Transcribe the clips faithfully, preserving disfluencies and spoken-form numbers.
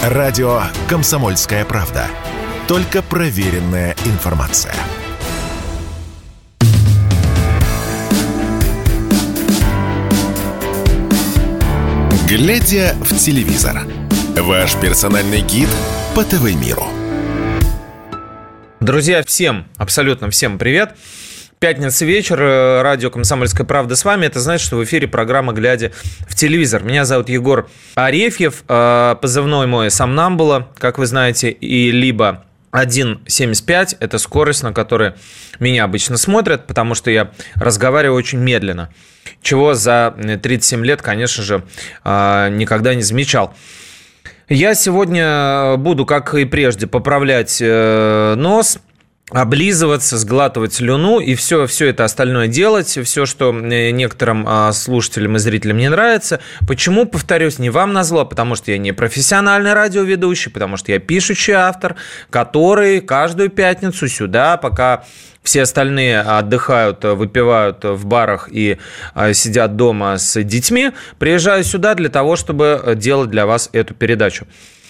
Радио «Комсомольская правда». Только проверенная информация. Глядя в телевизор. Ваш персональный гид по ТВ-миру. Друзья, всем, абсолютно всем привет. Пятница вечер, радио «Комсомольская правда» с вами. Это значит, что в эфире программа «Глядя в телевизор». Меня зовут Егор Арефьев, позывной мой «Сомнамбула», как вы знаете, и либо один семьдесят пять – это скорость, на которой меня обычно смотрят, потому что я разговариваю очень медленно, чего за тридцать семь лет, конечно же, никогда не замечал. Я сегодня буду, как и прежде, поправлять нос, облизываться, сглатывать слюну и все, все это остальное делать, все, что некоторым слушателям и зрителям не нравится. Почему, повторюсь, не вам назло, потому что я не профессиональный радиоведущий, потому что я пишущий автор, который каждую пятницу сюда, пока все остальные отдыхают, выпивают в барах и сидят дома с детьми, приезжаю сюда для того, чтобы делать для вас эту передачу.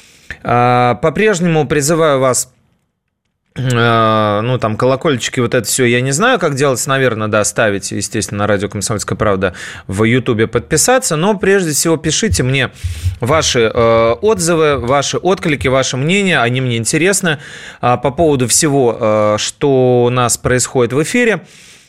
По-прежнему призываю вас, ну, там, колокольчики, вот это все, я не знаю, как делать, наверное, да, ставить, естественно, на радио «Комсомольская правда» в Ютубе, подписаться, но прежде всего пишите мне ваши э, отзывы, ваши отклики, ваше мнение, они мне интересны э, по поводу всего, э, что у нас происходит в эфире,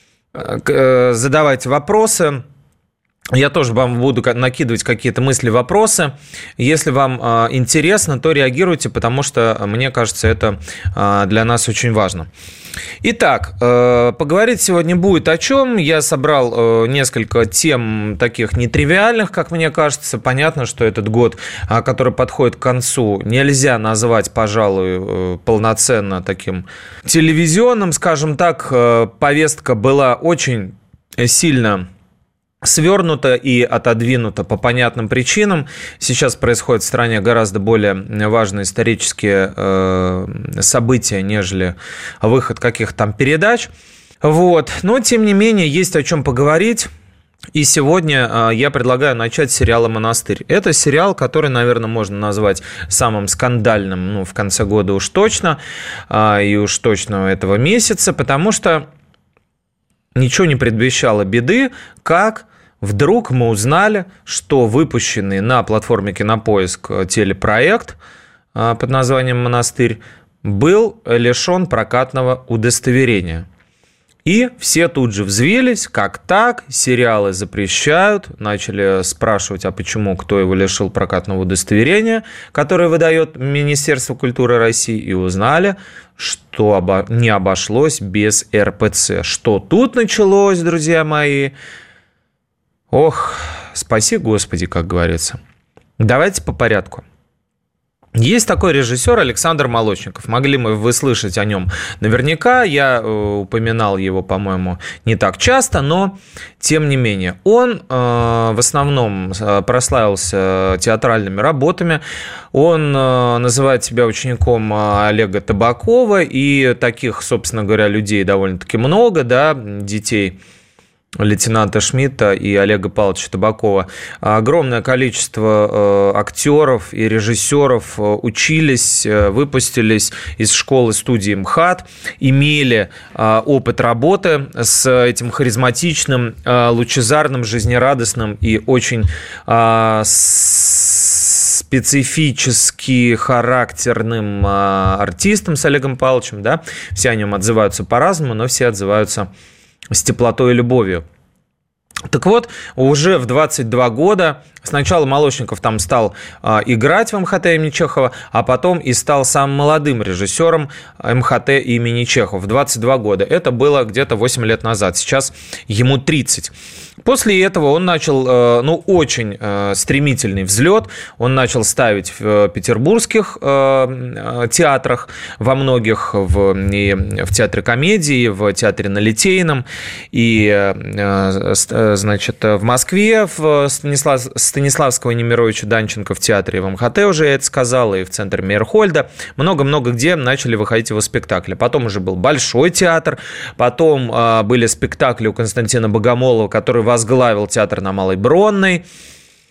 э, задавайте вопросы. Я тоже вам буду накидывать какие-то мысли, вопросы. Если вам э, интересно, то реагируйте, потому что, мне кажется, это э, для нас очень важно. Итак, э, поговорить сегодня будет о чем. Я собрал э, несколько тем таких нетривиальных, как мне кажется. Понятно, что этот год, э, который подходит к концу, нельзя назвать, пожалуй, э, полноценно таким телевизионным. Скажем так, э, повестка была очень сильно свернуто и отодвинуто по понятным причинам. Сейчас происходят в стране гораздо более важные исторические э, события, нежели выход каких-то там передач. Вот. Но, тем не менее, есть о чем поговорить. И сегодня э, я предлагаю начать с сериала «Монастырь». Это сериал, который, наверное, можно назвать самым скандальным, ну, в конце года уж точно, э, и уж точно этого месяца, потому что ничего не предвещало беды, как вдруг мы узнали, что выпущенный на платформе «Кинопоиск» телепроект под названием «Монастырь» был лишен прокатного удостоверения. И все тут же взвились, как так, сериалы запрещают, начали спрашивать, а почему, кто его лишил прокатного удостоверения, которое выдает Министерство культуры России, и узнали, что обо... не обошлось без эр пэ цэ. Что тут началось, друзья мои? Ох, спаси Господи, как говорится. Давайте по порядку. Есть такой режиссер Александр Молочников. Могли мы вы слышать о нем наверняка. Я э, упоминал его, по-моему, не так часто, но тем не менее. Он э, в основном прославился театральными работами. Он э, называет себя учеником Олега Табакова. И таких, собственно говоря, людей довольно-таки много, да, детей лейтенанта Шмидта и Олега Павловича Табакова. Огромное количество актеров и режиссеров учились, выпустились из школы студии МХАТ, имели опыт работы с этим харизматичным, лучезарным, жизнерадостным и очень специфически характерным артистом с Олегом Павловичем. Да? Все о нем отзываются по-разному, но все отзываются с теплотой и любовью. Так вот, уже в двадцать два года сначала Молочников там стал э, играть в эм ха тэ имени Чехова, а потом и стал самым молодым режиссером эм ха тэ имени Чехова в двадцать два года. Это было где-то восемь лет назад, сейчас ему тридцать. После этого он начал, э, ну, очень э, стремительный взлет. Он начал ставить в петербургских э, театрах, во многих, в, и в театре комедии, в театре на Литейном, и, э, значит, в Москве, в Станислав, Станиславского Немировича Данченко в театре, в эм ха тэ уже я это сказал, и в центре Мейерхольда. Много-много где начали выходить его спектакли. Потом уже был Большой театр, потом э, были спектакли у Константина Богомолова, который возглавил театр на Малой Бронной.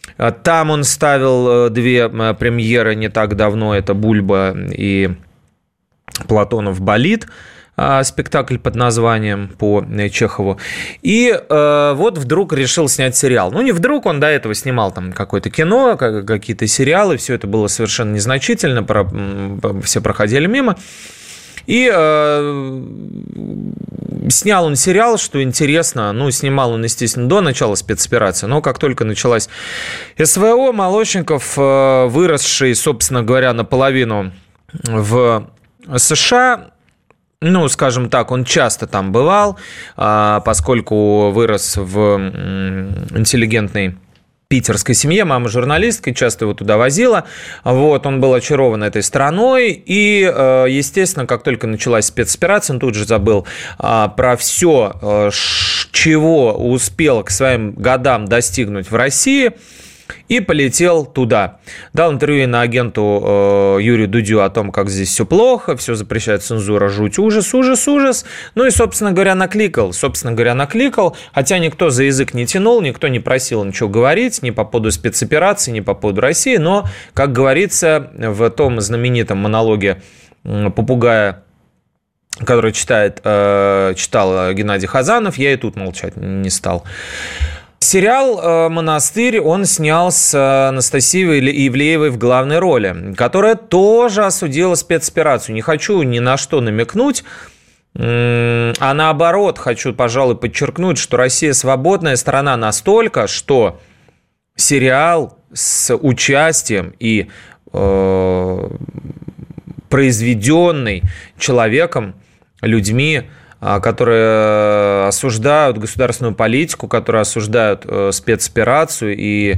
Там он ставил две премьеры не так давно. Это «Бульба» и «Платонов болит». Спектакль под названием по Чехову. И э, вот вдруг решил снять сериал. Ну, не вдруг, он до этого снимал там какое-то кино, какие-то сериалы. Все это было совершенно незначительно. Про, все проходили мимо. И э, снял он сериал, что интересно. Ну, снимал он, естественно, до начала спецоперации. Но как только началась СВО, Молочников, э, выросший, собственно говоря, наполовину в США, ну, скажем так, он часто там бывал, поскольку вырос в интеллигентной питерской семье, мама журналистка, часто его туда возила. Вот, он был очарован этой страной. И, естественно, как только началась спецоперация, он тут же забыл про все, чего успел к своим годам достигнуть в России, и полетел туда. Дал интервью иноагенту э, Юрию Дудю о том, как здесь все плохо, все запрещает цензура, жуть, ужас, ужас, ужас. Ну и, собственно говоря, накликал. Собственно говоря, накликал, хотя никто за язык не тянул, никто не просил ничего говорить, ни по поводу спецоперации, ни по поводу России. Но, как говорится в том знаменитом монологе попугая, который читает, э, читал Геннадий Хазанов, я и тут молчать не стал. Сериал «Монастырь» он снял с Анастасией Ивлеевой в главной роли, которая тоже осудила спецоперацию. Не хочу ни на что намекнуть, а наоборот, хочу, пожалуй, подчеркнуть, что Россия свободная страна настолько, что сериал с участием и э, произведенный человеком, людьми, которые осуждают государственную политику, которые осуждают спецоперацию и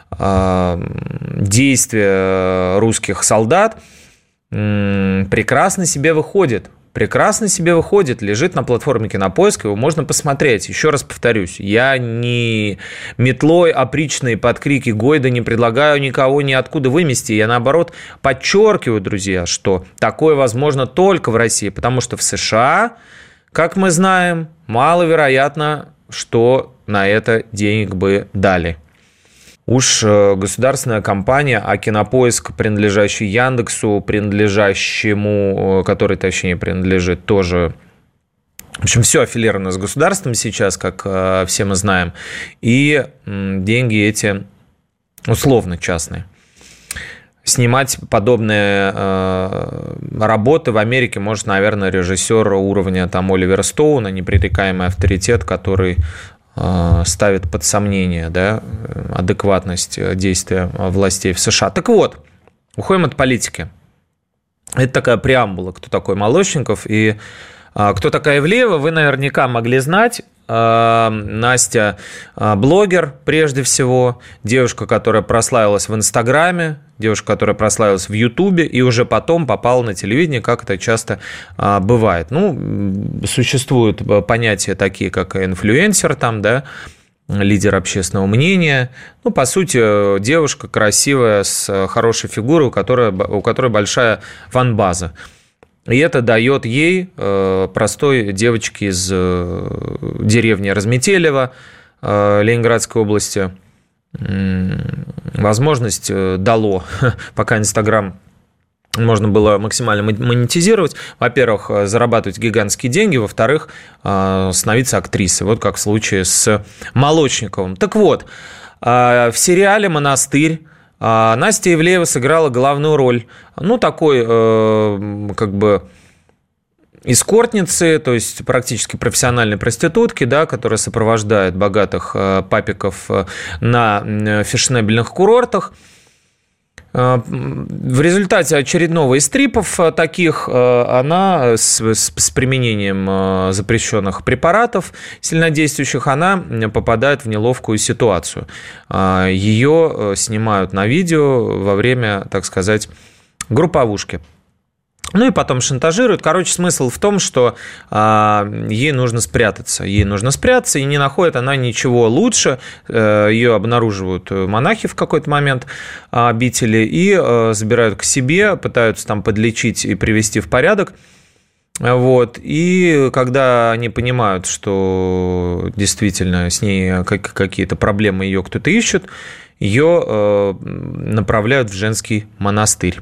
действия русских солдат, прекрасно себе выходит. Прекрасно себе выходит, лежит на платформе Кинопоиск, его можно посмотреть. Еще раз повторюсь, я не метлой опричной под крики Гойда не предлагаю никого ниоткуда вымести. Я, наоборот, подчеркиваю, друзья, что такое возможно только в России, потому что в США, как мы знаем, маловероятно, что на это денег бы дали. Уж государственная компания, а Кинопоиск, принадлежащий Яндексу, принадлежащему, который, точнее, принадлежит тоже... В общем, все аффилировано с государством сейчас, как все мы знаем, и деньги эти условно частные. Снимать подобные э, работы в Америке может, наверное, режиссер уровня там Оливера Стоуна, непререкаемый авторитет, который э, ставит под сомнение, да, адекватность действия властей в США. Так вот, уходим от политики. Это такая преамбула, кто такой Молочников и э, кто такая Ивлеева, вы наверняка могли знать. Настя блогер, прежде всего, девушка, которая прославилась в Инстаграме, девушка, которая прославилась в Ютубе и уже потом попала на телевидение, как это часто бывает. Ну, существуют понятия такие, как инфлюенсер, там, да, лидер общественного мнения. Ну, по сути, девушка красивая, с хорошей фигурой, у которой, у которой большая фан-база. И это дает ей, простой девочке из деревни Разметелево Ленинградской области, возможность, дало, пока Инстаграм можно было максимально монетизировать, во-первых, зарабатывать гигантские деньги, во-вторых, становиться актрисой, вот как в случае с Молочниковым. Так вот, в сериале «Монастырь» Настя Ивлеева сыграла главную роль, ну, такой, э, как бы, эскортницы, то есть практически профессиональной проститутки, да, которая сопровождает богатых э, папиков на фешенебельных курортах. В результате очередного из трипов таких она с, с применением запрещенных препаратов сильнодействующих, она попадает в неловкую ситуацию. Ее снимают на видео во время, так сказать, групповушки. Ну и потом шантажируют. Короче, смысл в том, что а, ей нужно спрятаться. Ей нужно спрятаться, и не находит она ничего лучше. Ее обнаруживают монахи в какой-то момент, обители, и а, забирают к себе, пытаются там подлечить и привести в порядок. Вот. И когда они понимают, что действительно с ней какие-то проблемы, ее кто-то ищет, ее направляют в женский монастырь.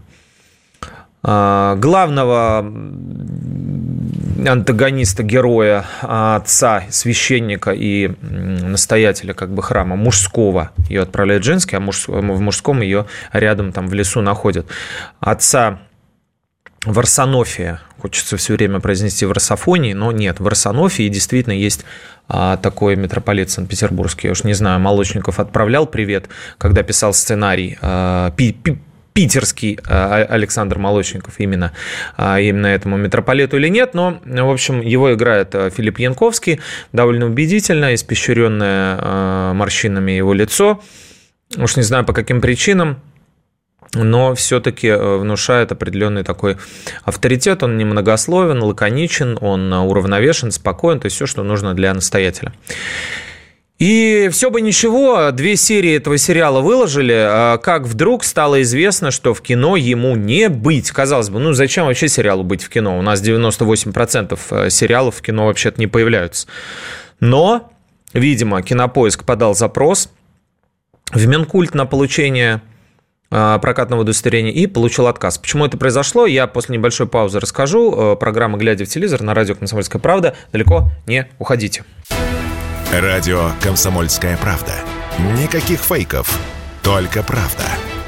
Главного антагониста, героя, отца, священника и настоятеля как бы храма мужского ее отправляют в женский, а муж, в мужском ее рядом там в лесу находят. Отца Варсонофия, хочется все время произнести Варсофонии, но нет, в Варсонофии действительно есть такой митрополит Санкт-Петербургский, я уж не знаю, Молочников отправлял привет, когда писал сценарий, пи- пи- питерский Александр Молочников именно, именно этому митрополиту или нет, но, в общем, его играет Филипп Янковский, довольно убедительно, испещренное морщинами его лицо, уж не знаю по каким причинам, но все-таки внушает определенный такой авторитет, он немногословен, лаконичен, он уравновешен, спокоен, то есть все, что нужно для настоятеля. И все бы ничего, две серии этого сериала выложили, как вдруг стало известно, что в кино ему не быть. Казалось бы, ну зачем вообще сериалу быть в кино? У нас девяносто восемь процентов сериалов в кино вообще-то не появляются. Но, видимо, Кинопоиск подал запрос в Минкульт на получение прокатного удостоверения и получил отказ. Почему это произошло, я после небольшой паузы расскажу. Программа «Глядя в телевизор» на радио «Комсомольская правда». Далеко не уходите. Радио «Комсомольская правда». Никаких фейков, только правда.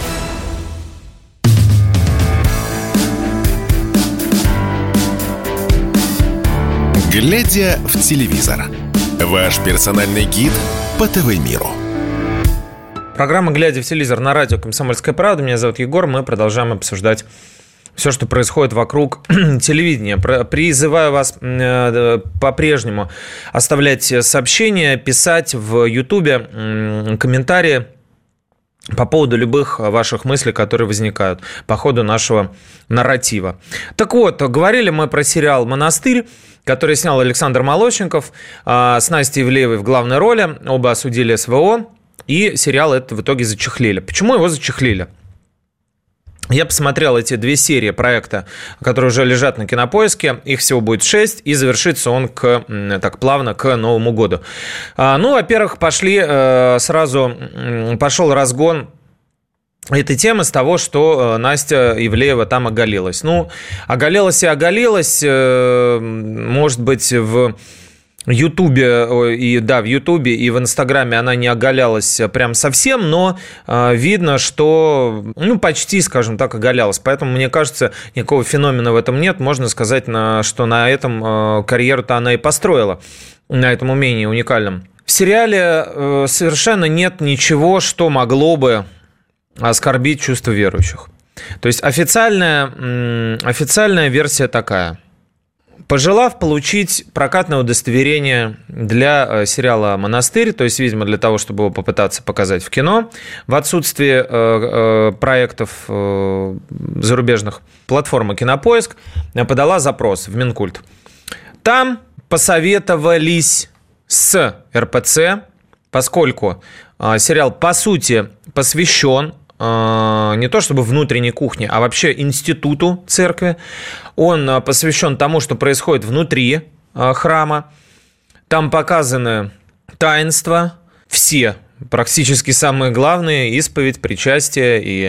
«Глядя в телевизор» – ваш персональный гид по ТВ-миру. Программа «Глядя в телевизор» на радио «Комсомольская правда». Меня зовут Егор. Мы продолжаем обсуждать все, что происходит вокруг телевидения. Призываю вас по-прежнему оставлять сообщения, писать в Ютубе комментарии по поводу любых ваших мыслей, которые возникают по ходу нашего нарратива. Так вот, говорили мы про сериал «Монастырь», который снял Александр Молочников с Настей Ивлеевой в главной роли. Оба осудили СВО, и сериал этот в итоге зачехлили. Почему его зачехлили? Я посмотрел эти две серии проекта, которые уже лежат на Кинопоиске. Их всего будет шесть, и завершится он к, так плавно к Новому году. Ну, во-первых, пошли сразу, пошел разгон этой темы с того, что Настя Ивлеева там оголилась. Ну, оголилась и оголилась, может быть, в Ютубе, и да, в Ютубе и в Инстаграме она не оголялась прям совсем, но э, видно, что, ну, почти, скажем так, оголялась. Поэтому, мне кажется, никакого феномена в этом нет. Можно сказать, на, что на этом э, карьеру-то она и построила, на этом умении уникальном. В сериале э, совершенно нет ничего, что могло бы оскорбить чувства верующих. То есть официальная, э, официальная версия такая. Пожелав получить прокатное удостоверение для сериала «Монастырь», то есть, видимо, для того, чтобы его попытаться показать в кино, в отсутствие э, э, проектов э, зарубежных, платформа «Кинопоиск» подала запрос в Минкульт. Там посоветовались с эр пэ цэ, поскольку э, сериал, по сути, посвящен не то чтобы внутренней кухне, а вообще институту церкви. Он посвящен тому, что происходит внутри храма. Там показаны таинства, все, практически самые главные: исповедь, причастие и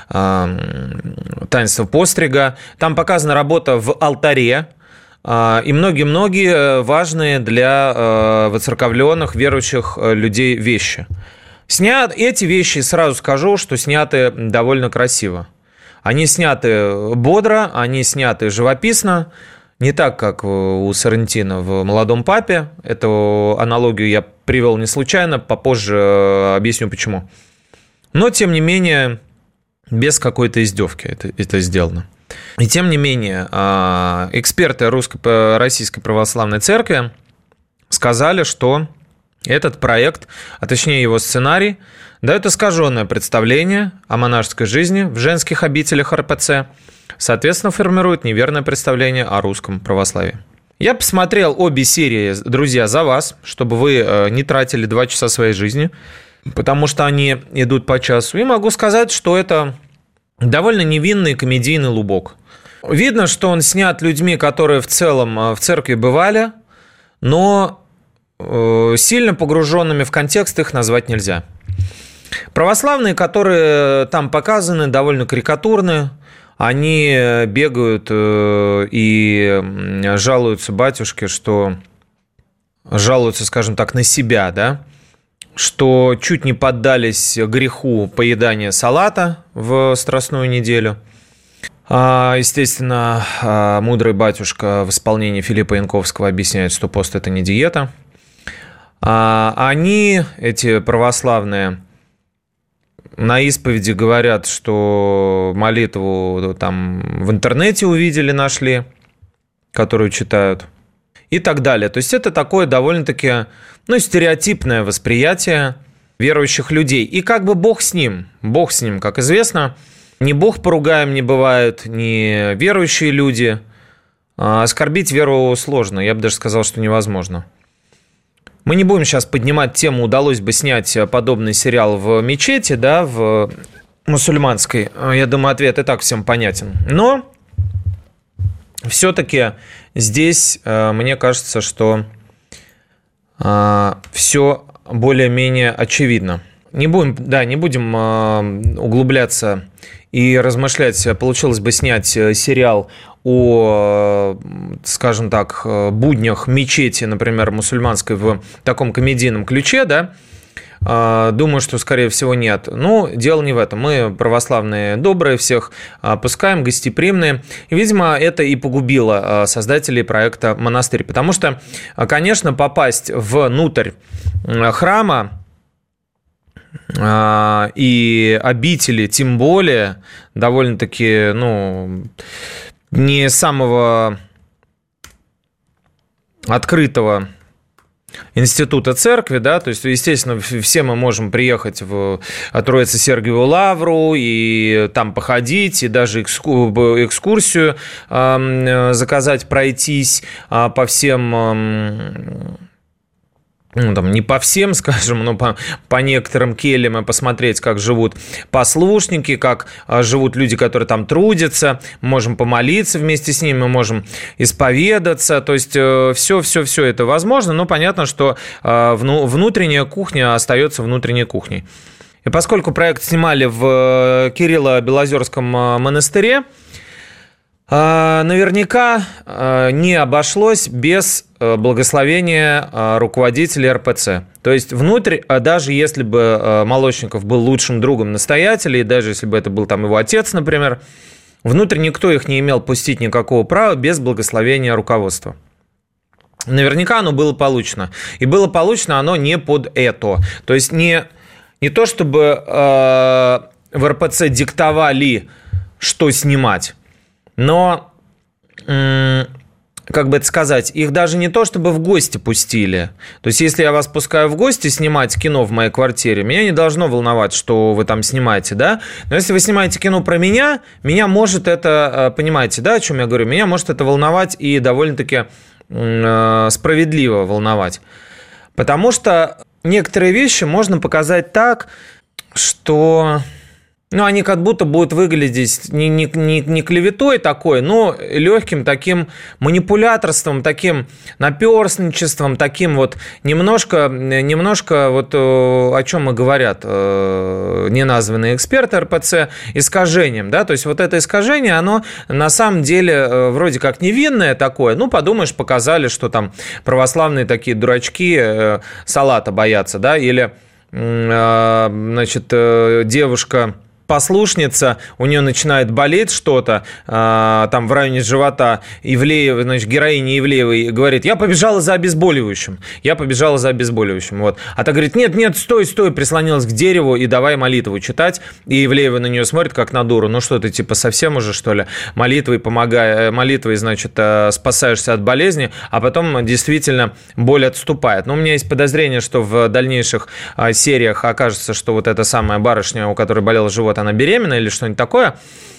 э, таинство пострига. Там показана работа в алтаре э, и многие-многие важные для э, воцерковленных, верующих людей вещи. Снят эти вещи, сразу скажу, что сняты довольно красиво. Они сняты бодро, они сняты живописно, не так, как у Соррентино в «Молодом папе». Эту аналогию я привел не случайно, попозже объясню почему. Но, тем не менее, без какой-то издевки это, это сделано. И тем не менее, эксперты Русско- Российской Православной Церкви сказали, что этот проект, а точнее его сценарий, дает искаженное представление о монашеской жизни в женских обителях эр пэ цэ, соответственно, формирует неверное представление о русском православии. Я посмотрел обе серии, друзья, за вас, чтобы вы не тратили два часа своей жизни, потому что они идут по часу. И могу сказать, что это довольно невинный комедийный лубок. Видно, что он снят людьми, которые в целом в церкви бывали, но сильно погруженными в контекст их назвать нельзя. Православные, которые там показаны, довольно карикатурны. Они бегают и жалуются батюшке, что жалуются, скажем так, на себя, да, что чуть не поддались греху поедания салата в Страстную неделю. Естественно, мудрый батюшка в исполнении Филиппа Янковского объясняет, что пост – это не диета. Они, эти православные, на исповеди говорят, что молитву там в интернете увидели, нашли, которую читают, и так далее. То есть это такое довольно-таки, ну, стереотипное восприятие верующих людей. И как бы Бог с ним, Бог с ним, как известно, ни Бог поругаем не бывает, ни верующие люди. Оскорбить веру сложно, я бы даже сказал, что невозможно. Мы не будем сейчас поднимать тему, удалось бы снять подобный сериал в мечети, да, в мусульманской. Я думаю, ответ и так всем понятен. Но все-таки здесь, мне кажется, что все более-менее очевидно. Не будем, да, не будем углубляться и размышлять. Получилось бы снять сериал о, скажем так, буднях мечети, например, мусульманской в таком комедийном ключе, да. Думаю, что, скорее всего, нет. Но дело не в этом. Мы православные добрые, всех пускаем, гостеприимные. И, видимо, это и погубило создателей проекта «Монастырь». Потому что, конечно, попасть внутрь храма и обители, тем более, довольно-таки, ну, не самого открытого института церкви, да, то есть, естественно, все мы можем приехать в Троице-Сергиеву лавру и там походить, и даже экскурсию заказать, пройтись по всем... Ну, там, не по всем, скажем, но по, по некоторым кельям и посмотреть, как живут послушники, как живут люди, которые там трудятся. Мы можем помолиться вместе с ними, мы можем исповедаться. То есть все-все-все это возможно, но понятно, что внутренняя кухня остается внутренней кухней. И поскольку проект снимали в Кирилло-Белозерском монастыре, наверняка не обошлось без благословения руководителя эр пэ цэ. То есть внутрь, даже если бы Молочников был лучшим другом настоятеля, и даже если бы это был там его отец, например, внутрь никто их не имел пустить никакого права без благословения руководства. Наверняка оно было получено. И было получено оно не под это. То есть не, не то, чтобы э, в эр пэ цэ диктовали, что снимать, но, как бы это сказать, их даже не то, чтобы в гости пустили. То есть, если я вас пускаю в гости снимать кино в моей квартире, меня не должно волновать, что вы там снимаете, да? Но если вы снимаете кино про меня, меня может это, понимаете, да, о чем я говорю? Меня может это волновать и довольно-таки справедливо волновать. Потому что некоторые вещи можно показать так, что... Ну, они как будто будут выглядеть не, не, не, не клеветой такой, но легким таким манипуляторством, таким наперстничеством, таким вот немножко, немножко вот о чем и говорят неназванные эксперты эр пэ цэ, искажением, да, то есть вот это искажение, оно на самом деле вроде как невинное такое, ну, подумаешь, показали, что там православные такие дурачки салата боятся, да, или, значит, девушка... послушница, у нее начинает болеть что-то э, там в районе живота, Ивлеева, значит, героиня Ивлеевой говорит, я побежала за обезболивающим, я побежала за обезболивающим, вот. А та говорит, нет, нет, стой, стой, прислонилась к дереву и давай молитву читать, и Ивлеева на нее смотрит, как на дуру, ну что ты, типа, совсем уже, что ли, молитвой помогая, молитвой, значит, э, спасаешься от болезни, а потом действительно боль отступает. Но у меня есть подозрение, что в дальнейших э, сериях окажется, что вот эта самая барышня, у которой болел живот, она беременна или что-нибудь такое.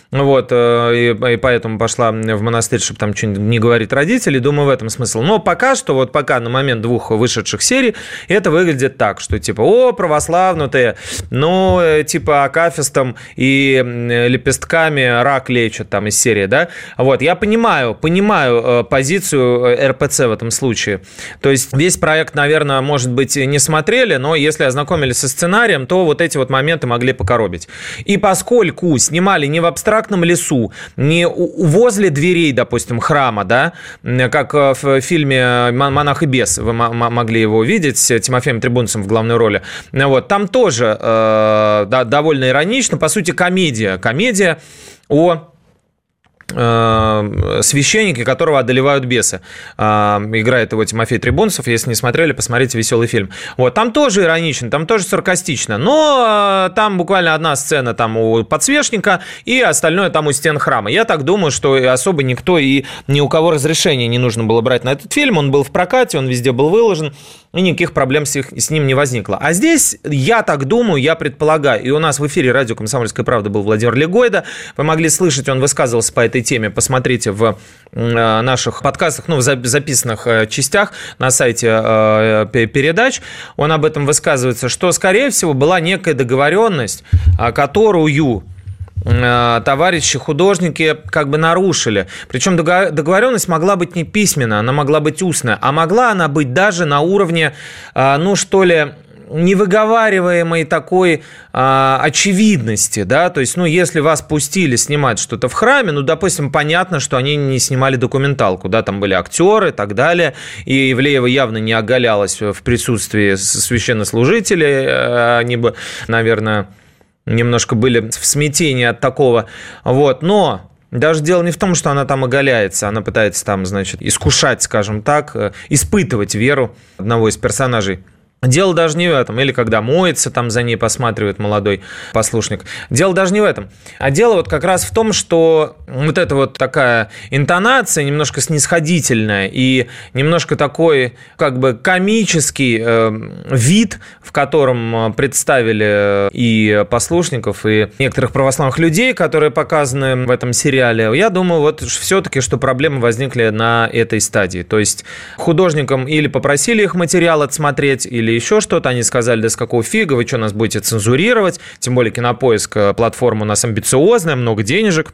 Вот, и, и поэтому пошла в монастырь, чтобы там что-нибудь не говорить родителей. Думаю, в этом смысл. Но пока что, вот пока на момент двух вышедших серий, это выглядит так, что типа, о, православнутые, ну, типа, акафистом и лепестками рак лечат там из серии, да. Вот, я понимаю, понимаю позицию эр пэ цэ в этом случае. То есть весь проект, наверное, может быть, не смотрели, но если ознакомились со сценарием, то вот эти вот моменты могли покоробить. И поскольку снимали не в абстрактном лесу, не возле дверей, допустим, храма, да, как в фильме «Монах и бес», вы могли его видеть, с Тимофеем Трибунцем в главной роли, вот, там тоже э, да, довольно иронично, по сути, комедия, комедия о священники, которого одолевают бесы. Играет его Тимофей Трибунцев. Если не смотрели, посмотрите веселый фильм. Вот, там тоже иронично, там тоже саркастично. Но там буквально одна сцена там у подсвечника, и остальное там у стен храма. Я так думаю, что особо никто и ни у кого разрешения не нужно было брать на этот фильм. Он был в прокате, он везде был выложен, и никаких проблем с, их, с ним не возникло. А здесь, я так думаю, я предполагаю, и у нас в эфире радио «Комсомольская правда» был Владимир Легойда. Вы могли слышать, он высказывался по этой теме. Посмотрите в наших подкастах, ну, в записанных частях на сайте передач. Он об этом высказывается, что, скорее всего, была некая договоренность, которую товарищи художники как бы нарушили. Причем договоренность могла быть не письменная, она могла быть устная, а могла она быть даже на уровне, ну, что ли, невыговариваемой такой а, очевидности, да, то есть, ну, если вас пустили снимать что-то в храме, ну, допустим, понятно, что они не снимали документалку, да, там были актеры и так далее, и Ивлеева явно не оголялась в присутствии священнослужителей, они бы, наверное, немножко были в смятении от такого, вот, но даже дело не в том, что она там оголяется, она пытается там, значит, искушать, скажем так, испытывать веру одного из персонажей. Дело даже не в этом. Или когда моется, там за ней посматривает молодой послушник. Дело даже не в этом. А дело вот как раз в том, что вот эта вот такая интонация немножко снисходительная и немножко такой как бы комический э, вид, в котором представили и послушников, и некоторых православных людей, которые показаны в этом сериале, я думаю, вот все-таки, что проблемы возникли на этой стадии. То есть художникам или попросили их материал отсмотреть, или еще что-то, они сказали, да с какого фига, вы что, нас будете цензурировать, тем более Кинопоиск, платформа у нас амбициозная, много денежек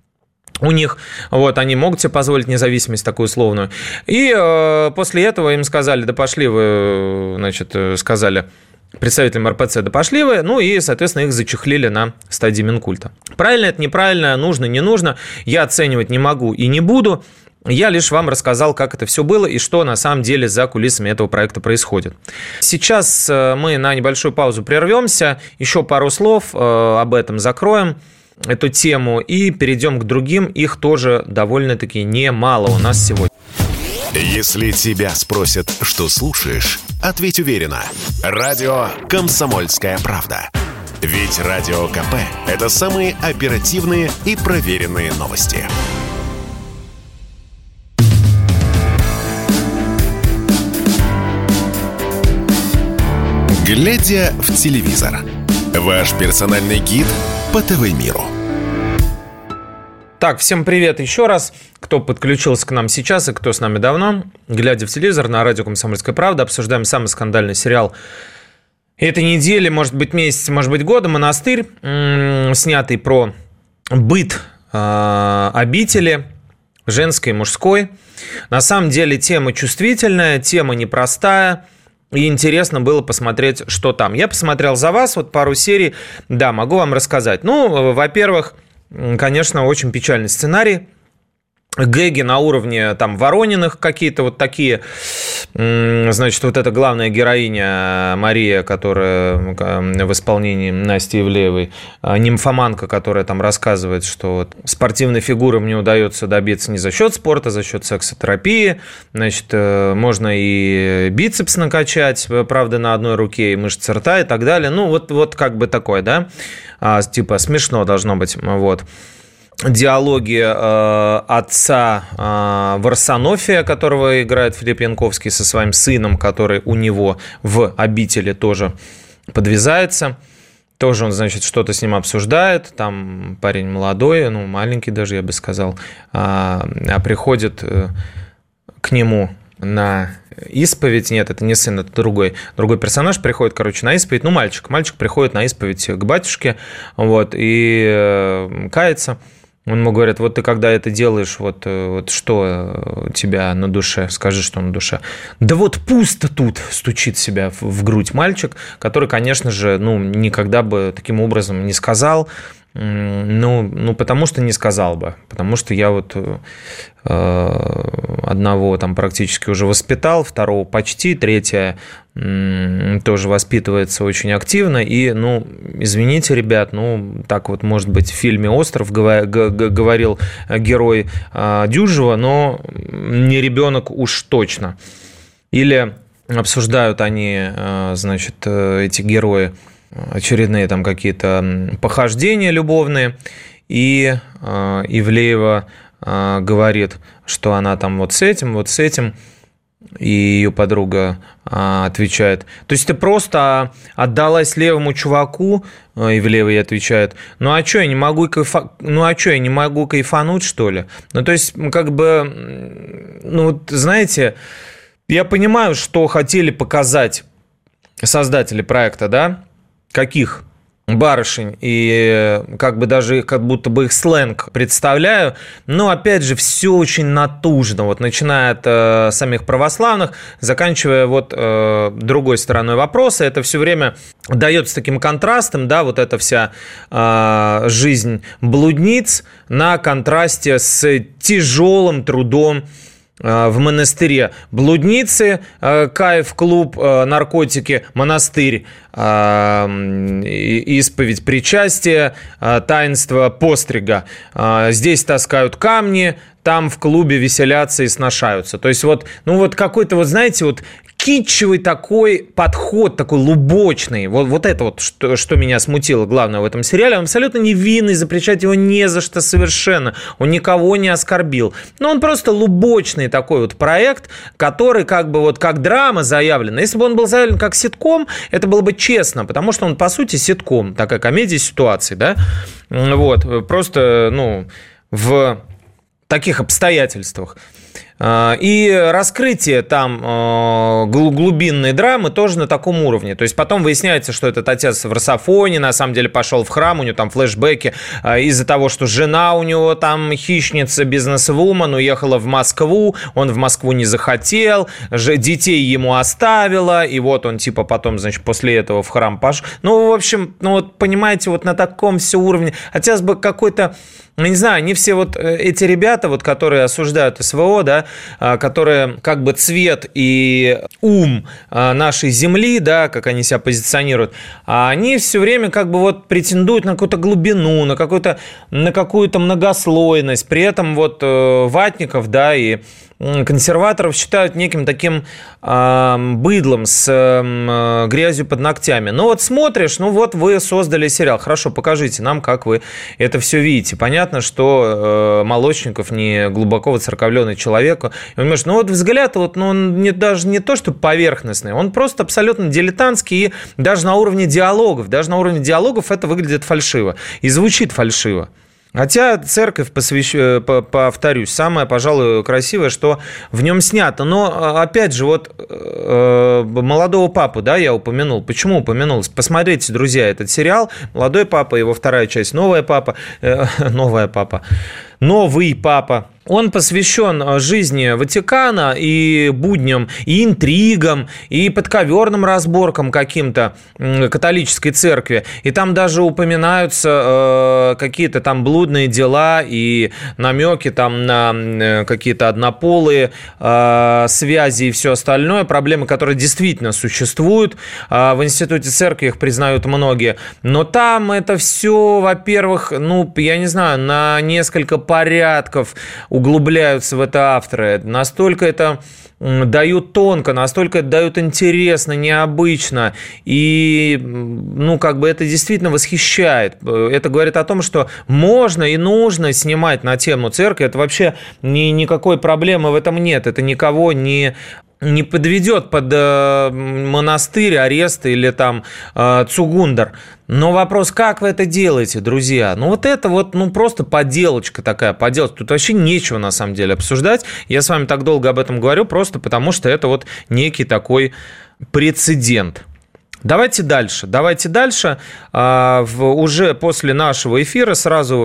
у них, вот, они могут себе позволить независимость такую условную. И э, после этого им сказали, да пошли вы, значит, сказали представителям эр пэ цэ, да пошли вы, ну и, соответственно, их зачехлили на стадии Минкульта. Правильно это, неправильно, нужно, не нужно, я оценивать не могу и не буду. Я лишь вам рассказал, как это все было и что на самом деле за кулисами этого проекта происходит. Сейчас мы на небольшую паузу прервемся, еще пару слов об этом закроем, эту тему, и перейдем к другим. Их тоже довольно-таки немало у нас сегодня. Если тебя спросят, что слушаешь, ответь уверенно. Радио «Комсомольская правда». Ведь Радио ка пэ – это самые оперативные и проверенные новости. Глядя в телевизор. Ваш персональный гид по ТВ-миру. Так, всем привет еще раз. Кто подключился к нам сейчас и кто с нами давно. Глядя в телевизор на радио «Комсомольская правда», обсуждаем самый скандальный сериал этой недели, может быть, месяца, может быть, года. «Монастырь», снятый про быт э, обители, женской и мужской. На самом деле тема чувствительная, тема непростая. И интересно было посмотреть, что там. Я посмотрел за вас, вот пару серий, да, могу вам рассказать. Ну, во-первых, конечно, очень печальный сценарий. Гэги на уровне там Ворониных какие-то вот такие. Значит, вот эта главная героиня Мария, которая в исполнении Насти Ивлеевой, нимфоманка, которая там рассказывает, что вот спортивной фигуры мне удается добиться не за счет спорта, а за счет сексотерапии. Значит, можно и бицепс накачать, правда, на одной руке, и мышцы рта и так далее. Ну, вот, вот как бы такое, да? Типа смешно должно быть, вот. Диалоги э, отца э, Варсонофия, которого играет Филипп Янковский, со своим сыном, который у него в обители тоже подвязается. тоже он, значит, что-то с ним обсуждает, там парень молодой, ну, маленький даже, я бы сказал, а, а приходит к нему на исповедь, нет, это не сын, это другой, другой персонаж приходит, короче, на исповедь, ну, мальчик, мальчик приходит на исповедь к батюшке, вот, и э, кается. Он ему говорит, вот ты когда это делаешь, вот, вот что у тебя на душе, скажи, что на душе. Да вот пусто тут, стучит себя в, в грудь мальчик, который, конечно же, ну, никогда бы таким образом не сказал, ну, ну, потому что не сказал бы, потому что я вот э, одного там практически уже воспитал, второго почти, третья э, тоже воспитывается очень активно, и, ну, извините, ребят, ну, так вот, может быть, в фильме «Остров» говорил герой э, Дюжева, но не ребенок уж точно. Или обсуждают они, э, значит, эти герои, очередные там какие-то похождения любовные, и э, Ивлеева э, говорит, что она там вот с этим, вот с этим, и ее подруга э, отвечает, то есть ты просто отдалась левому чуваку, э, Ивлеева ей отвечает, ну а что, я не могу кайфа... ну а что, я не могу кайфануть, что ли? Ну то есть как бы, ну вот знаете, я понимаю, что хотели показать создатели проекта, да, каких барышень, и как бы даже как будто бы их сленг представляю, но опять же все очень натужно, вот начиная от э, самих православных, заканчивая вот э, другой стороной вопроса, это все время дается таким контрастом, да, вот эта вся э, жизнь блудниц на контрасте с тяжелым трудом в монастыре. Блудницы, кайф, клуб, наркотики, монастырь, исповедь, причастие, таинство пострига. Здесь таскают камни, там в клубе веселятся и сношаются. То есть вот, ну вот какой-то, вот знаете, вот китчевый такой подход, такой лубочный. Вот, вот это вот, что, что меня смутило, главное в этом сериале. Он абсолютно невинный, запрещать его не за что совершенно. Он никого не оскорбил. Но он просто лубочный такой вот проект, который как бы вот как драма заявлена. Если бы он был заявлен как ситком, это было бы честно, потому что он, по сути, ситком. Такая комедия ситуаций, да? Вот, просто, ну, в таких обстоятельствах. И раскрытие там глубинной драмы тоже на таком уровне. То есть потом выясняется, что этот отец в рсофоне, на самом деле пошел в храм, у него там флешбеки из-за того, что жена у него там хищница, бизнес-вумен, уехала в Москву, он в Москву не захотел, детей ему оставила, и вот он типа потом, значит, после этого в храм пошел. Ну, в общем, ну вот понимаете, вот на таком все уровне. Хотелось бы какой-то, ну, не знаю, не все вот эти ребята, вот, которые осуждают СВО, да, которые как бы цвет и ум нашей земли, да, как они себя позиционируют, они все время как бы вот претендуют на какую-то глубину, на какую-то, на какую-то многослойность. При этом вот ватников, да, и консерваторов считают неким таким э, быдлом с э, грязью под ногтями. Ну вот смотришь, ну вот вы создали сериал, хорошо, покажите нам, как вы это все видите. Понятно, что э, Молочников не глубоко воцерковленный человек. И, понимаешь, ну вот взгляд, вот, ну, он не, даже не то, что поверхностный, он просто абсолютно дилетантский, и даже на уровне диалогов, даже на уровне диалогов это выглядит фальшиво и звучит фальшиво. Хотя церковь, посвящ... повторюсь, самое, пожалуй, красивое, что в нем снято. Но, опять же, вот молодого папу, да, я упомянул. Почему упомянул? Посмотрите, друзья, этот сериал «Молодой папа», его вторая часть «Новая папа», «Новая папа», «Новый папа». Он посвящен жизни Ватикана и будням, и интригам, и подковерным разборкам каким-то католической церкви. И там даже упоминаются э, какие-то там блудные дела и намеки там на какие-то однополые э, связи и все остальное. Проблемы, которые действительно существуют. Э, в институте церкви их признают многие. Но там это все, во-первых, ну, я не знаю, на несколько порядков углубляются в это авторы, настолько это дают тонко, настолько это дают интересно, необычно, и, ну, как бы это действительно восхищает. Это говорит о том, что можно и нужно снимать на тему церкви, это вообще ни, никакой проблемы в этом нет, это никого не не подведет под э, монастырь, арест или там э, Цугундер. Но вопрос, как вы это делаете, друзья? Ну, вот это вот, ну, просто поделочка такая, поделочка. Тут вообще нечего, на самом деле, обсуждать. Я с вами так долго об этом говорю, просто потому что это вот некий такой прецедент. Давайте дальше, давайте дальше. А, в, уже после нашего эфира, сразу,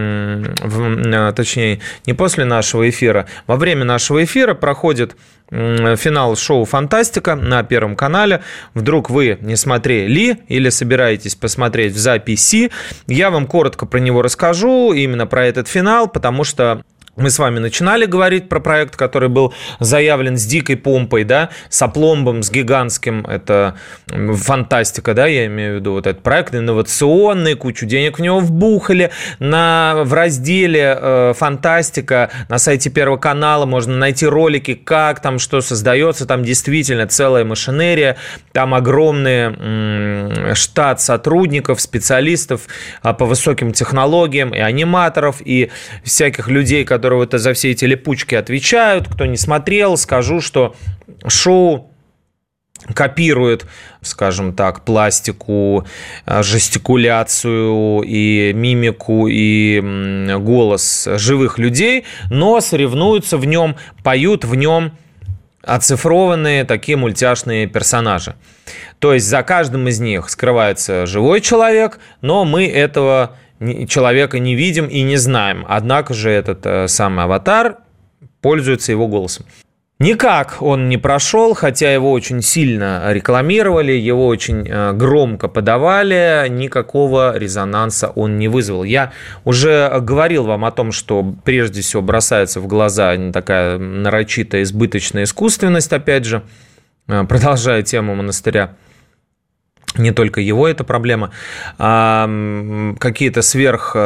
в, точнее, не после нашего эфира, во время нашего эфира проходит финал шоу «Фантастика» на Первом канале. Вдруг вы не смотрели или собираетесь посмотреть в записи, я вам коротко про него расскажу, именно про этот финал, потому что мы с вами начинали говорить про проект, который был заявлен с дикой помпой, да, с опломбом, с гигантским, это фантастика, да, я имею в виду вот этот проект инновационный, кучу денег в него вбухали, на, в разделе э, «Фантастика» на сайте Первого канала можно найти ролики, как там что создается, там действительно целая машинерия, там огромный м, штат сотрудников, специалистов а, по высоким технологиям, и аниматоров, и всяких людей, которые которые вот за все эти липучки отвечают. Кто не смотрел, скажу, что шоу копирует, скажем так, пластику, жестикуляцию и мимику, и голос живых людей, но соревнуются в нем, поют в нем оцифрованные такие мультяшные персонажи. То есть за каждым из них скрывается живой человек, но мы этого человека не видим и не знаем. Однако же этот э, самый аватар пользуется его голосом. Никак он не прошел, хотя его очень сильно рекламировали, его очень э, громко подавали, никакого резонанса он не вызвал. Я уже говорил вам о том, что прежде всего бросается в глаза такая нарочитая избыточная искусственность, опять же, э, продолжая тему монастыря. Не только его эта проблема, а какие-то сверх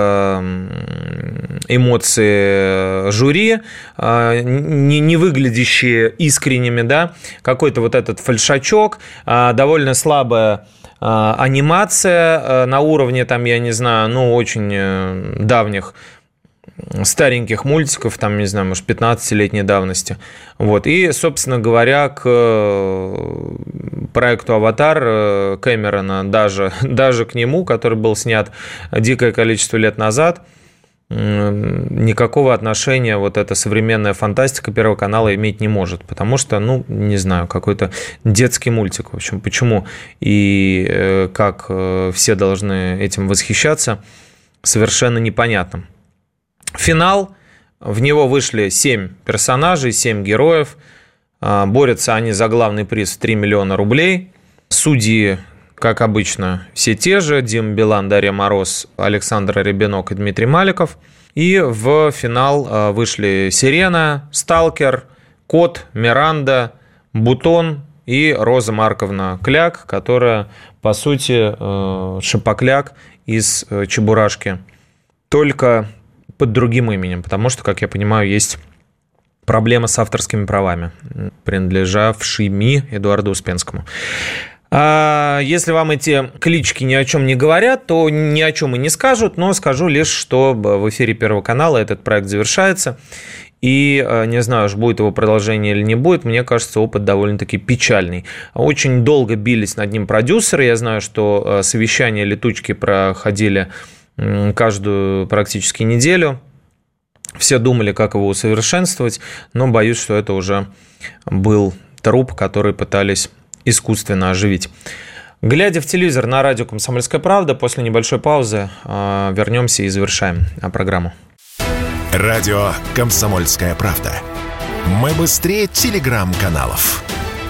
эмоции жюри, не, не выглядящие искренними, да, какой-то вот этот фальшачок, довольно слабая анимация на уровне, там, я не знаю, ну, очень давних стареньких мультиков, там, не знаю, может, пятнадцатилетней давности. Вот. И, собственно говоря, к проекту «Аватар» Кэмерона, даже, даже к нему, который был снят дикое количество лет назад, никакого отношения вот эта современная фантастика Первого канала иметь не может, потому что, ну, не знаю, какой-то детский мультик, в общем, почему и как все должны этим восхищаться, совершенно непонятно. Финал, в него вышли семь персонажей, семь героев, борются они за главный приз в три миллиона рублей, судьи, как обычно, все те же: Дима Билан, Дарья Мороз, Александр Рябинок и Дмитрий Маликов. И в финал вышли Сирена, Сталкер, Кот, Миранда, Бутон и Роза Марковна Кляк, которая, по сути, Шапокляк из Чебурашки, только под другим именем, потому что, как я понимаю, есть проблема с авторскими правами, принадлежавшими Эдуарду Успенскому. А если вам эти клички ни о чем не говорят, то ни о чем и не скажут, но скажу лишь, что в эфире Первого канала этот проект завершается. И не знаю, уж будет его продолжение или не будет, мне кажется, опыт довольно-таки печальный. Очень долго бились над ним продюсеры. Я знаю, что совещания летучки проходили каждую практически неделю. Все думали, как его усовершенствовать, но боюсь, что это уже был труп, который пытались искусственно оживить. Глядя в телевизор на радио «Комсомольская правда», после небольшой паузы вернемся и завершаем программу. Радио «Комсомольская правда». Мы быстрее телеграм-каналов.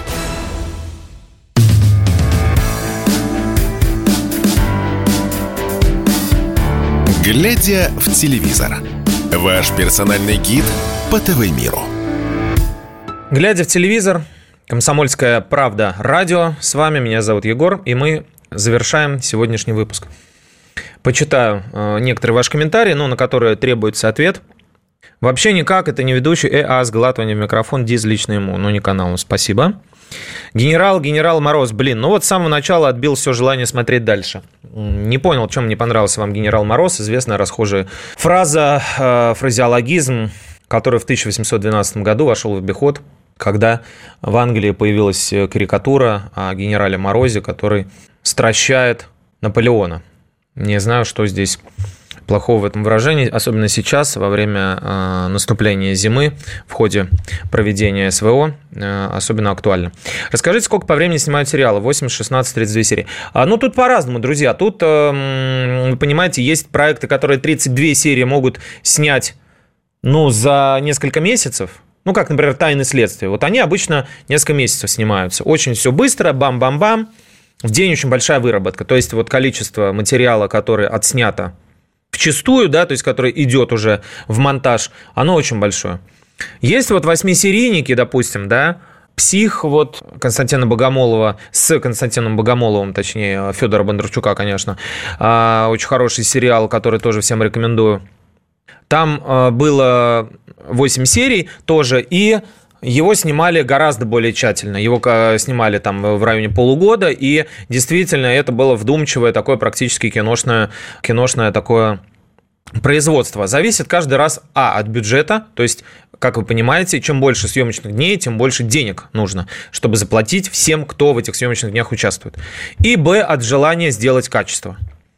Глядя в телевизор. Ваш персональный гид по ТВ-миру. Глядя в телевизор, «Комсомольская правда» радио. С вами, меня зовут Егор, и мы завершаем сегодняшний выпуск. Почитаю э, некоторые ваши комментарии, но на которые требуется ответ. Вообще никак, это не ведущий, э, а сглатывание в микрофон, диз лично ему, но не каналу. Спасибо. Генерал, генерал Мороз, блин, ну вот с самого начала отбил все желание смотреть дальше. Не понял, чем не понравился вам генерал Мороз, известная расхожая фраза, э, фразеологизм, который в тысяча восемьсот двенадцатом году вошел в обиход когда в Англии появилась карикатура о генерале Морозе, который стращает Наполеона. Не знаю, что здесь плохого в этом выражении, особенно сейчас, во время э, наступления зимы, в ходе проведения СВО, э, особенно актуально. Расскажите, сколько по времени снимают сериалы? восемь, шестнадцать, тридцать две серии. А, ну, тут по-разному, друзья. Тут, э, вы понимаете, есть проекты, которые тридцать две серии могут снять, ну, за несколько месяцев. Ну, как, например, «Тайны следствия». Вот они обычно несколько месяцев снимаются. Очень все быстро, бам-бам-бам. В день очень большая выработка. То есть вот количество материала, которое отснято вчистую, да, то есть который идет уже в монтаж, оно очень большое. Есть вот восьмисерийники, допустим, да, «Псих», вот Константина Богомолова, с Константином Богомоловым, точнее, Федора Бондарчука, конечно, очень хороший сериал, который тоже всем рекомендую. Там было восемь серий тоже, и его снимали гораздо более тщательно. Его снимали там в районе полугода, и действительно это было вдумчивое такое практически киношное, киношное такое производство. Зависит каждый раз, а, от бюджета, то есть, как вы понимаете, чем больше съемочных дней, тем больше денег нужно, чтобы заплатить всем, кто в этих съемочных днях участвует. И, б, от желания сделать качество.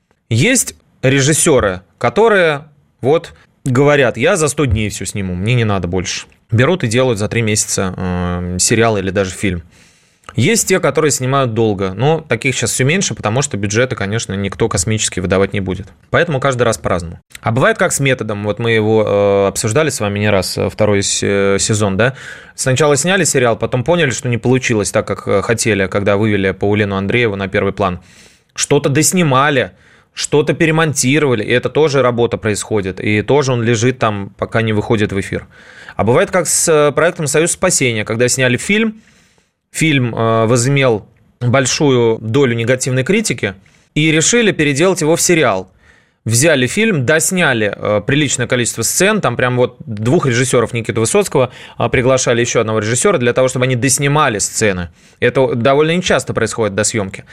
Есть режиссеры, которые вот говорят: я за сто дней все сниму, мне не надо больше. Берут и делают за три месяца э, сериал или даже фильм. Есть те, которые снимают долго, но таких сейчас все меньше, потому что бюджеты, конечно, никто космически выдавать не будет. Поэтому каждый раз по-разному. А бывает как с методом. Вот мы его э, обсуждали с вами не раз, второй сезон, да? Сначала сняли сериал, потом поняли, что не получилось так, как хотели, когда вывели Паулину Андрееву на первый план. Что-то доснимали, что-то перемонтировали, и это тоже работа происходит, и тоже он лежит там, пока не выходит в эфир. А бывает как с проектом «Союз спасения», когда сняли фильм, фильм возымел большую долю негативной критики, и решили переделать его в сериал. Взяли фильм, досняли приличное количество сцен, там прям вот двух режиссеров, Никиту Высоцкого, приглашали еще одного режиссера для того, чтобы они доснимали сцены. Это довольно нечасто происходит до съемки.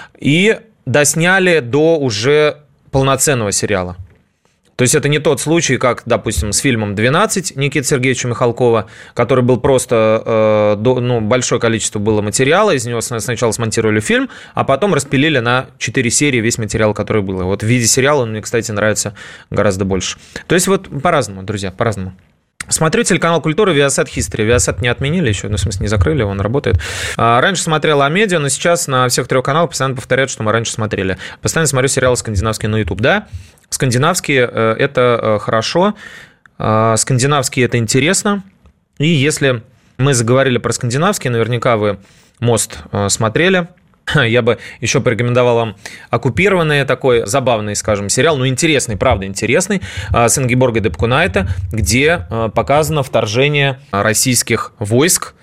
И досняли до уже полноценного сериала. То есть это не тот случай, как, допустим, с фильмом «двенадцать» Никиты Сергеевича Михалкова, который был просто, э, до, ну, большое количество было материала, из него сначала смонтировали фильм, а потом распилили на четыре серии весь материал, который был. Вот в виде сериала он мне, кстати, нравится гораздо больше. То есть вот по-разному, друзья, по-разному. Смотрю телеканал «Культура», Viasat History. Viasat не отменили еще, ну, в смысле, не закрыли, он работает. Раньше смотрел Амедиа, но сейчас на всех трех каналах постоянно повторяют, что мы раньше смотрели. Постоянно смотрю сериалы скандинавские на YouTube. Да, скандинавские – это хорошо, скандинавские – это интересно. И если мы заговорили про скандинавские, наверняка вы «Мост» смотрели. Я бы еще порекомендовал вам «Оккупированные», такой забавный, скажем, сериал, но интересный, правда интересный, с Ингеборгой Депкунайте, где показано вторжение российских войск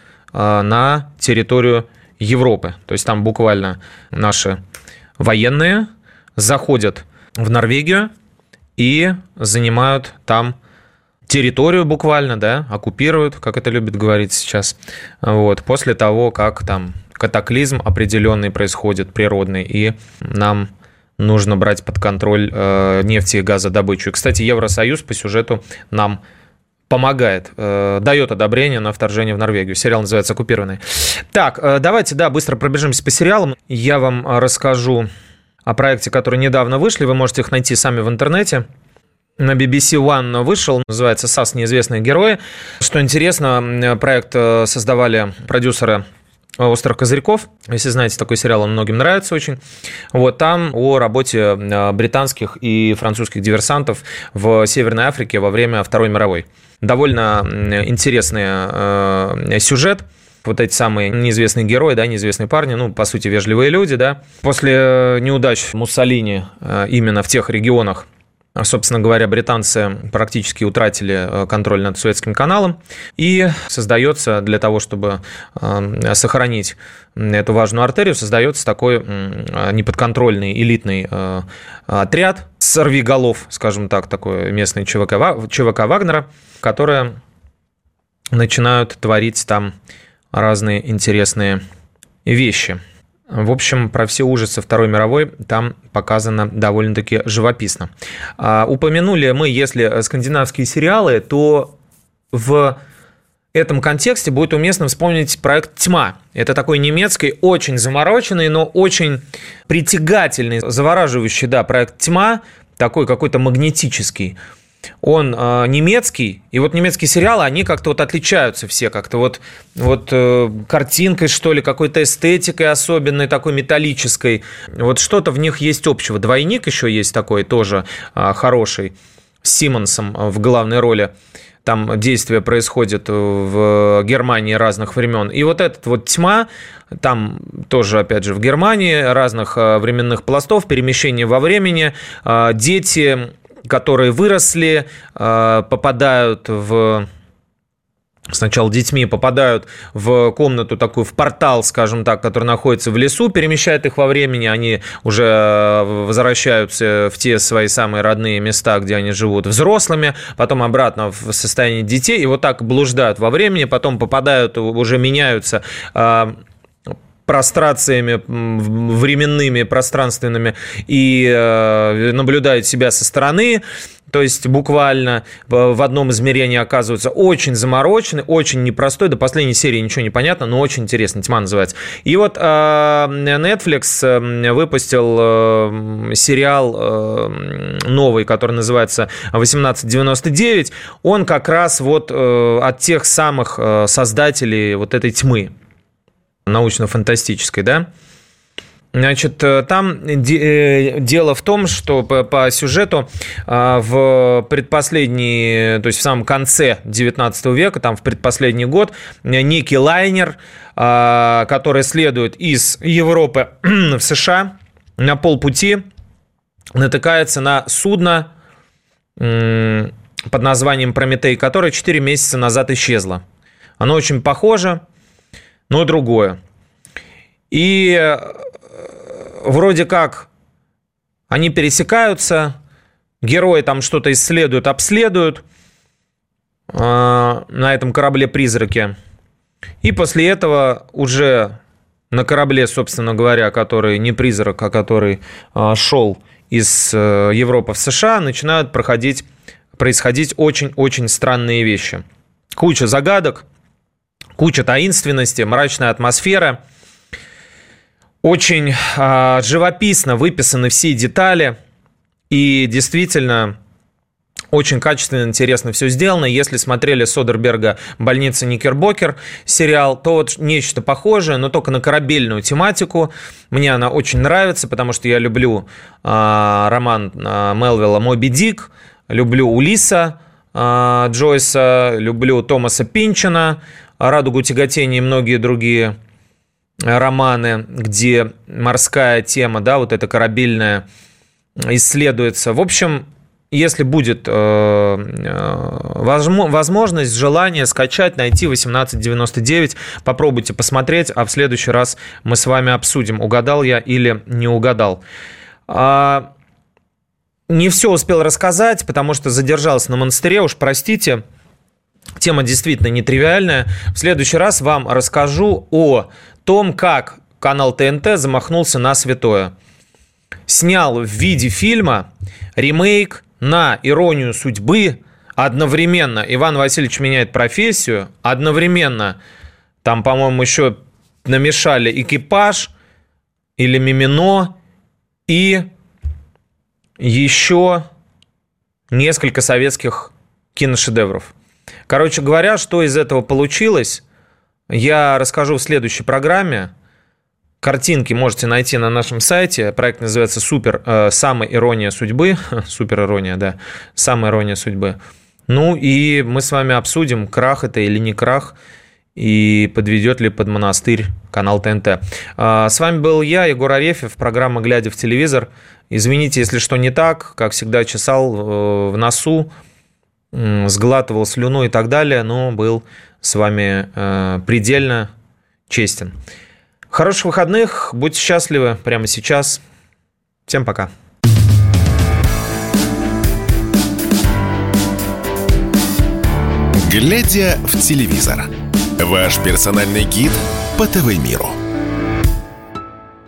на территорию Европы. То есть там буквально наши военные заходят в Норвегию и занимают там территорию буквально, да, оккупируют, как это любят говорить сейчас, вот, после того, как там катаклизм определенный происходит, природный, и нам нужно брать под контроль э, нефти и газодобычу. И, кстати, Евросоюз по сюжету нам помогает, э, дает одобрение на вторжение в Норвегию. Сериал называется «Оккупированные». Так, э, давайте, да, быстро пробежимся по сериалам. Я вам расскажу о проекте, который недавно вышли. Вы можете их найти сами в интернете. На би би си One вышел, называется «САС. Неизвестные герои». Что интересно, проект создавали продюсеры «Острых козырьков». Если знаете, такой сериал, он многим нравится очень. Вот там о работе британских и французских диверсантов в Северной Африке во время Второй мировой. Довольно интересный э, сюжет. Вот эти самые неизвестные герои, да, неизвестные парни, ну, по сути, вежливые люди, да. После неудач Муссолини э, именно в тех регионах, собственно говоря, британцы практически утратили контроль над Суэцким каналом, и создается для того, чтобы сохранить эту важную артерию, создается такой неподконтрольный элитный отряд сорвиголов, скажем так, такой местный ЧВК, ЧВК Вагнера, которые начинают творить там разные интересные вещи. В общем, про все ужасы Второй мировой там показано довольно-таки живописно. А, упомянули мы, если скандинавские сериалы, то в этом контексте будет уместно вспомнить проект «Тьма». Это такой немецкий, очень замороченный, но очень притягательный, завораживающий, да, проект «Тьма», такой какой-то магнетический. Он э, немецкий, и вот немецкие сериалы, они как-то вот отличаются все, как-то вот, вот э, картинкой, что ли, какой-то эстетикой особенной, такой металлической. Вот что-то в них есть общего. «Двойник» еще есть такой, тоже э, хороший, с Симмонсом в главной роли. Там действие происходит в Германии разных времен. И вот этот вот «Тьма», там тоже, опять же, в Германии разных временных пластов, перемещение во времени, дети, которые выросли, попадают в... Сначала детьми попадают в комнату такую, в портал, скажем так, который находится в лесу, перемещает их во времени, они уже возвращаются в те свои самые родные места, где они живут взрослыми, потом обратно в состояние детей, и вот так блуждают во времени, потом попадают, уже меняются прострациями временными, пространственными, и наблюдают себя со стороны. То есть буквально в одном измерении оказывается очень замороченный, очень непростой. До последней серии ничего не понятно, но очень интересно. «Тьма» называется. И вот Netflix выпустил сериал новый, который называется восемнадцать девяносто девять. Он как раз вот от тех самых создателей вот этой «Тьмы» научно-фантастической, да? Значит, там дело в том, что по, по сюжету в предпоследний, то есть в самом конце девятнадцатого века, там в предпоследний год, некий лайнер, который следует из Европы в США, на полпути натыкается на судно под названием «Прометей», которое четыре месяца назад исчезло. Оно очень похоже, но другое. И вроде как они пересекаются, герои там что-то исследуют, обследуют э, на этом корабле-призраке. И после этого уже на корабле, собственно говоря, который не призрак, а который э, шел из э, Европы в США, начинают проходить, происходить очень-очень странные вещи. Куча загадок, куча таинственности, мрачная атмосфера. Очень э, живописно выписаны все детали, и действительно очень качественно, интересно все сделано. Если смотрели Содерберга «Больница Никербокер» сериал, то вот нечто похожее, но только на корабельную тематику. Мне она очень нравится, потому что я люблю э, роман э, Мелвилла «Моби Дик», люблю Улисса э, Джойса, люблю Томаса Пинчина, «Радугу тяготения» и многие другие романы, где морская тема, да, вот эта корабельная, исследуется. В общем, если будет э, э, возможность, желание скачать, найти восемнадцать девяносто девять, попробуйте посмотреть, а в следующий раз мы с вами обсудим, угадал я или не угадал. А, не все успел рассказать, потому что задержался на монастыре, уж простите. Тема действительно нетривиальная. В следующий раз вам расскажу о том, как канал ТНТ замахнулся на святое. Снял в виде фильма ремейк на «Иронию судьбы». Одновременно Иван Васильевич меняет профессию. Одновременно там, по-моему, еще намешали «Экипаж» или «Мимино» и еще несколько советских киношедевров. Короче говоря, что из этого получилось, я расскажу в следующей программе. Картинки можете найти на нашем сайте. Проект называется «Супер. Э, самая ирония судьбы». Супер ирония, да. Самая ирония судьбы. Ну и мы с вами обсудим, крах это или не крах, и подведет ли под монастырь канал ТНТ. Э, с вами был я, Егор Арефьев, программа «Глядя в телевизор». Извините, если что не так. Как всегда, чесал э, в носу, э, сглатывал слюну и так далее, но был с вами э, предельно честен. Хороших выходных, будьте счастливы прямо сейчас. Всем пока. «Глядя в телевизор» – ваш персональный гид по ТВ-миру.